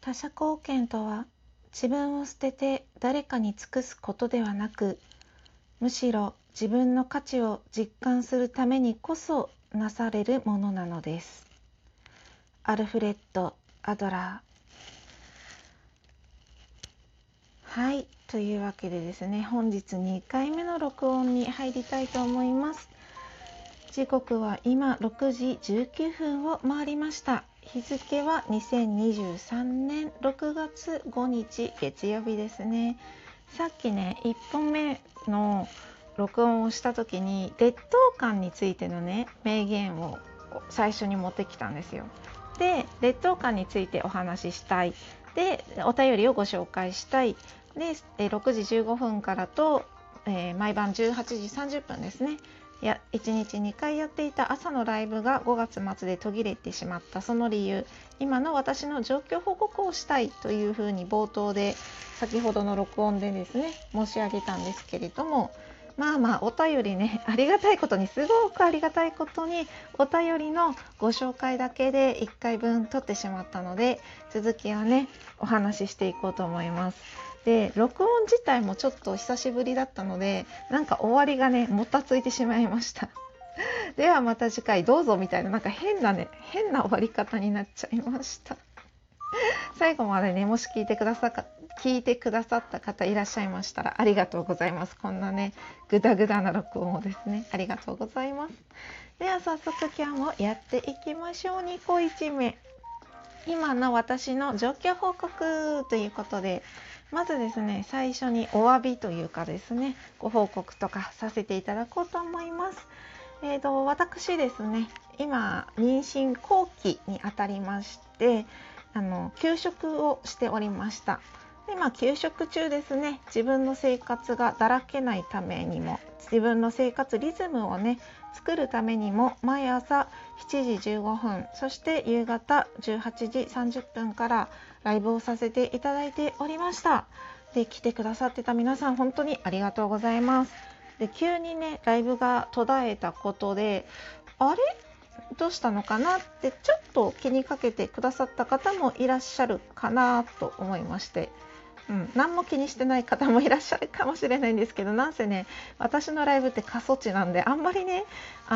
他者貢献とは、自分を捨てて誰かに尽くすことではなく、むしろ自分の価値を実感するためにこそなされるものなのです。アルフレッド・アドラー。はい、というわけでですね、本日2回目の録音に入りたいと思います。時刻は今6時19分を回りました。日付は2023年6月5日月曜日ですね。さっきね、1本目の録音をした時に劣等感についてのね、名言を最初に持ってきたんですよ。で、劣等感についてお話ししたい。で、お便りをご紹介したい。で、6時15分からと、毎晩18時30分ですね。1日2回やっていた朝のライブが5月末で途切れてしまった。その理由、今の私の状況報告をしたいというふうに冒頭で先ほどの録音でですね申し上げたんですけれども、お便りね、ありがたいことに、すごくありがたいことにお便りのご紹介だけで1回分取ってしまったので、続きはねお話ししていこうと思います。で、録音自体もちょっと久しぶりだったので、なんか終わりがねもたついてしまいました。ではまた次回どうぞみたいな、なんか変な終わり方になっちゃいました。最後までね、もし聞いてくださった方いらっしゃいましたらありがとうございます。こんなねグダグダな録音をですね、ありがとうございます。では早速今日もやっていきましょう。2個1目、今の私の状況報告ということで、まずですね、最初にお詫びというかですね、ご報告とかさせていただこうと思います。私ですね、今妊娠後期にあたりまして、休職をしておりました。で、休職中ですね、自分の生活がだらけないためにも、自分の生活リズムをね作るためにも、毎朝7時15分、そして夕方18時30分からライブをさせていただいておりました。で、来てくださってた皆さん本当にありがとうございます。で、急にねライブが途絶えたことで、あれどうしたのかなってちょっと気にかけてくださった方もいらっしゃるかなと思いまして、何も気にしてない方もいらっしゃるかもしれないんですけど、なんせね私のライブって過疎地なんで、あんまりね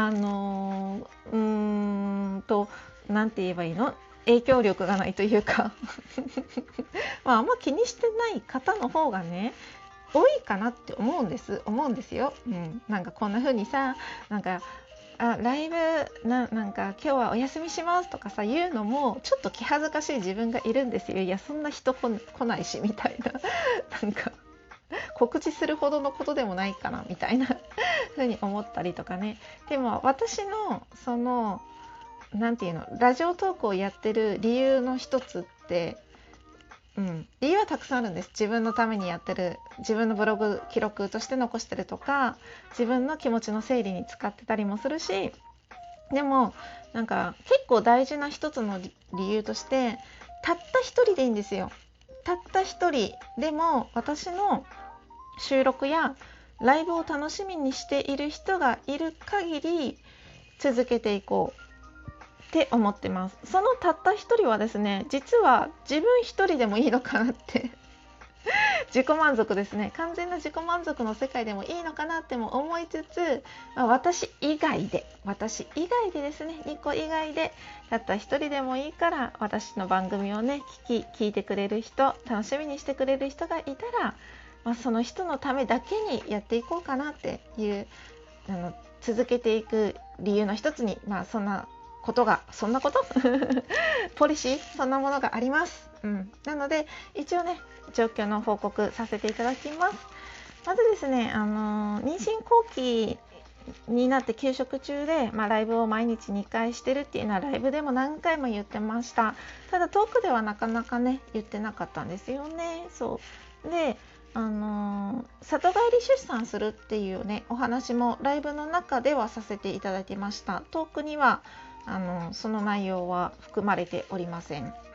なんて言えばいいの、影響力がないというかあんま気にしてない方の方がね多いかなって思うんですよ。なんかこんな風にさ、なんかライブなんか今日はお休みしますとかさ言うのもちょっと気恥ずかしい自分がいるんですよ。いや、そんな人来ないしみたいななんか告知するほどのことでもないかなみたいな風に思ったりとかね。でも私のそのなんていうの、ラジオトークをやってる理由の一つって、理由はたくさんあるんです。自分のためにやってる、自分のブログ記録として残してるとか、自分の気持ちの整理に使ってたりもするし、でもなんか結構大事な一つの理由として、たった一人でいいんですよ。たった一人でも私の収録やライブを楽しみにしている人がいる限り続けていこうって思ってます。そのたった一人はですね、実は自分一人でもいいのかなって自己満足ですね。完全な自己満足の世界でもいいのかなっても思いつつ、私以外でですね、2個以外でたった一人でもいいから、私の番組をね聞いてくれる人、楽しみにしてくれる人がいたら、その人のためだけにやっていこうかなっていう、続けていく理由の一つに、そんなことポリシー、そんなものがあります。なので一応ね状況の報告させていただきます。まずですね、妊娠後期になって休職中で、ライブを毎日2回してるっていうのはライブでも何回も言ってました。ただトークではなかなかね言ってなかったんですよね。そうで、里帰り出産するっていうねお話もライブの中ではさせていただいてました。トークにはその内容は含まれておりません。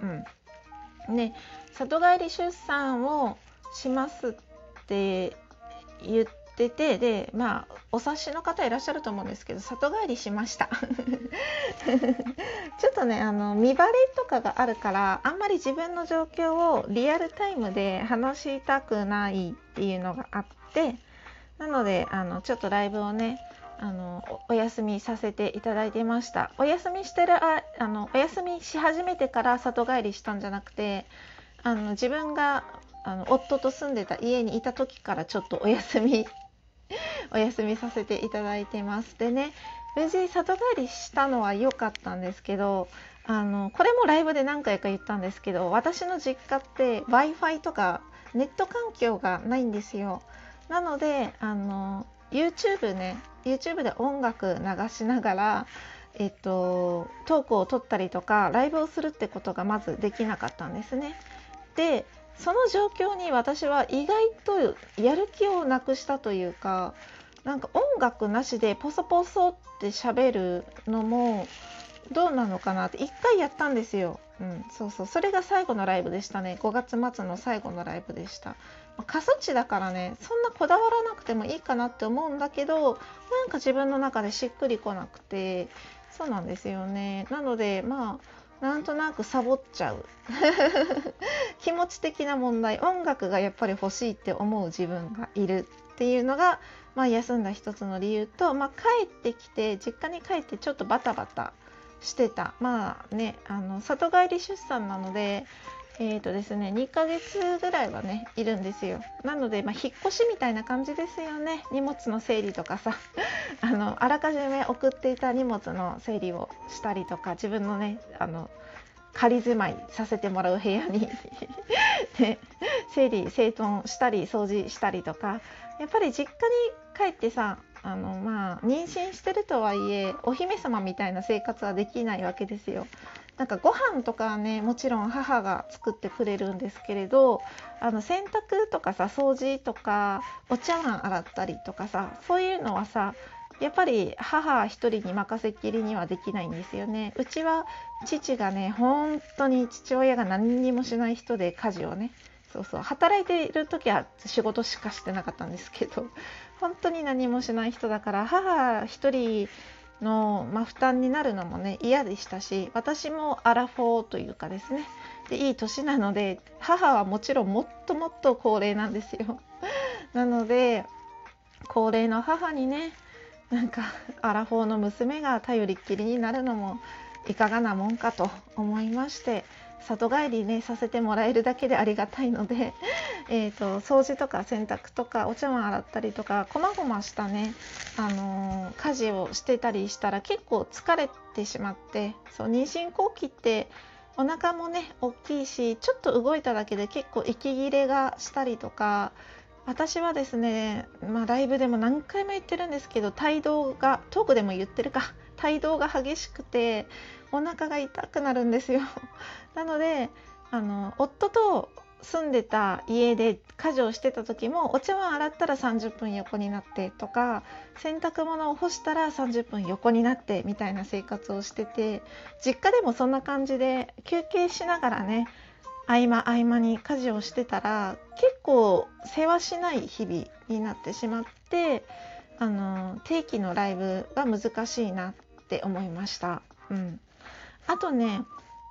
里帰り出産をしますって言っってて、でお察しの方いらっしゃると思うんですけど、里帰りしましたちょっとね見バレとかがあるから、あんまり自分の状況をリアルタイムで話したくないっていうのがあって、なのでちょっとライブをねお休みさせていただいてました。お休みし始めてから里帰りしたんじゃなくて、自分が夫と住んでた家にいた時からちょっとお休みさせていただいてます。でね、無事里帰りしたのは良かったんですけど、これもライブで何回か言ったんですけど、私の実家って Wi-Fi とかネット環境がないんですよ。なのでYouTube で音楽流しながら、トークを撮ったりとかライブをするってことがまずできなかったんですね。でその状況に私は意外とやる気をなくしたというか、なんか音楽なしでポソポソって喋るのもどうなのかなって一回やったんですよ。それが最後のライブでしたね。5月末の最後のライブでした。過疎地だからね、そんなこだわらなくてもいいかなって思うんだけど、なんか自分の中でしっくりこなくて、そうなんですよね。なのでなんとなくサボっちゃう気持ち的な問題、音楽がやっぱり欲しいって思う自分がいるっていうのが、休んだ一つの理由と、帰ってきて実家に帰ってちょっとバタバタしてた。里帰り出産なのでですね、2ヶ月ぐらいはねいるんですよ。なので、引っ越しみたいな感じですよね。荷物の整理とかさあらかじめ送っていた荷物の整理をしたりとか、自分のね仮住まいさせてもらう部屋にで整理整頓したり掃除したりとか、やっぱり実家に帰ってさ妊娠してるとはいえお姫様みたいな生活はできないわけですよ。なんかご飯とかはね、もちろん母が作ってくれるんですけれど、洗濯とかさ、掃除とかお茶碗洗ったりとかさ、そういうのはさやっぱり母一人に任せっきりにはできないんですよね。うちは父がね、本当に父親が何にもしない人で、家事をね、働いている時は仕事しかしてなかったんですけど、本当に何もしない人だから、母一人の、負担になるのもね嫌でしたし、私もアラフォーというかですね、でいい年なので、母はもちろんもっともっと高齢なんですよ。なので高齢の母にね、なんかアラフォーの娘が頼りっきりになるのもいかがなもんかと思いまして、里帰りねさせてもらえるだけでありがたいので掃除とか洗濯とかお茶碗洗ったりとか、こまごましたね家事をしてたりしたら結構疲れてしまって、妊娠後期ってお腹もね大きいし、ちょっと動いただけで結構息切れがしたりとか、私はですね、ライブでも何回も言ってるんですけど、トークでも言ってるか、帯同が激しくてお腹が痛くなるんですよ。なので夫と住んでた家で家事をしてた時も、お茶碗洗ったら30分横になってとか、洗濯物を干したら30分横になってみたいな生活をしてて、実家でもそんな感じで休憩しながらね、合間に家事をしてたら結構世話しない日々になってしまって、定期のライブが難しいなって思いました。あとね、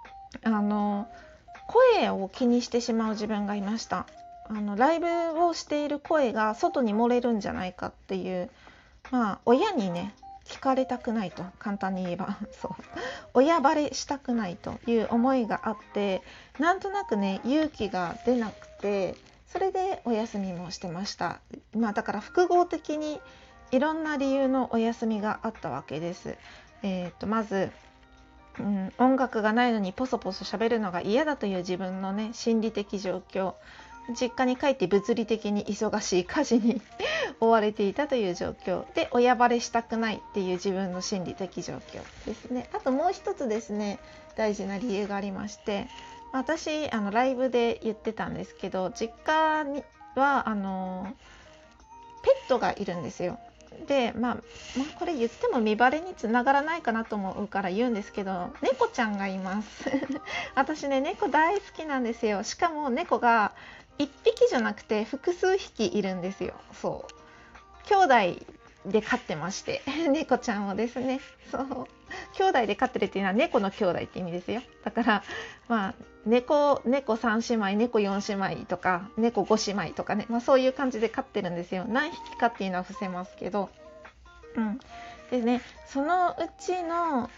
声を気にしてしまう自分がいました。ライブをしている声が外に漏れるんじゃないかっていう、親にね聞かれたくないと、簡単に言えば親バレしたくないという思いがあって、なんとなくね勇気が出なくて、それでお休みもしてました。だから複合的にいろんな理由のお休みがあったわけです。まず音楽がないのにポソポソ喋るのが嫌だという自分のね心理的状況、実家に帰って物理的に忙しい家事に追われていたという状況で、親バレしたくないっていう自分の心理的状況ですね。あともう一つですね、大事な理由がありまして、私ライブで言ってたんですけど、実家にはペットがいるんですよ。でこれ言っても見バレにつながらないかなと思うから言うんですけど、猫ちゃんがいます私ね、猫大好きなんですよ。しかも猫が1匹じゃなくて複数匹いるんですよ。 兄弟で飼ってまして猫ちゃんをですね、そう兄弟で飼ってるっていうのは猫の兄弟って意味ですよ。だから猫3姉妹、猫4姉妹とか猫5姉妹とかね、そういう感じで飼ってるんですよ。何匹かっていうのは伏せますけど、でね、そのうちの、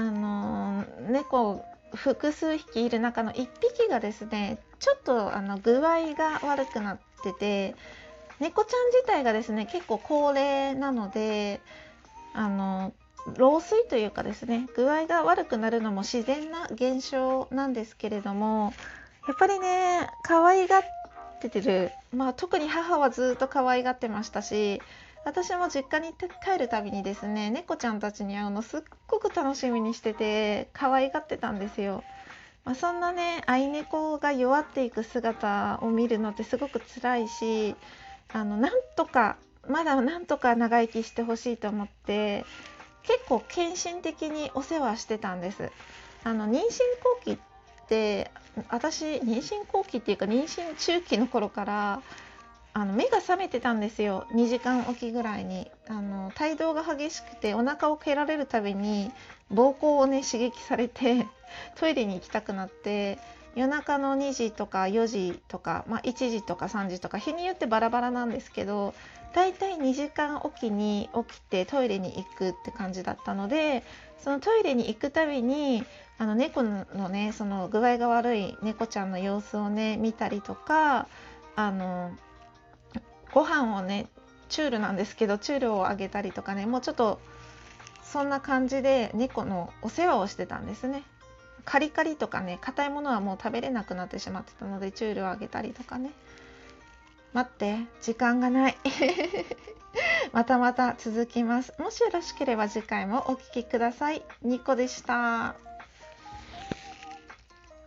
猫複数匹いる中の1匹がですね、ちょっと具合が悪くなってて、猫ちゃん自体がですね結構高齢なので、老衰というかですね、具合が悪くなるのも自然な現象なんですけれども、やっぱりね可愛がってる、特に母はずっと可愛がってましたし、私も実家に帰るたびにですね、猫ちゃんたちに会うのすっごく楽しみにしてて可愛がってたんですよ。そんなね愛猫が弱っていく姿を見るのってすごく辛いし、なんとか長生きしてほしいと思って結構献身的にお世話してたんです。妊娠後期って私妊娠後期っていうか妊娠中期の頃から目が覚めてたんですよ。2時間おきぐらいに胎動が激しくて、お腹を蹴られるたびに膀胱をね刺激されてトイレに行きたくなって、夜中の2時とか4時とか、1時とか3時とか日によってバラバラなんですけど、だいたい2時間おきに起きてトイレに行くって感じだったので、そのトイレに行くたびに猫のねその具合が悪い猫ちゃんの様子をね見たりとか、ご飯をねチュールなんですけどチュールをあげたりとかね、もうちょっとそんな感じで猫のお世話をしてたんですね。カリカリとかね硬いものはもう食べれなくなってしまってたのでチュールをあげたりとかね。待って時間がないまた続きます。もしよろしければ次回もお聞きください。ニコでした。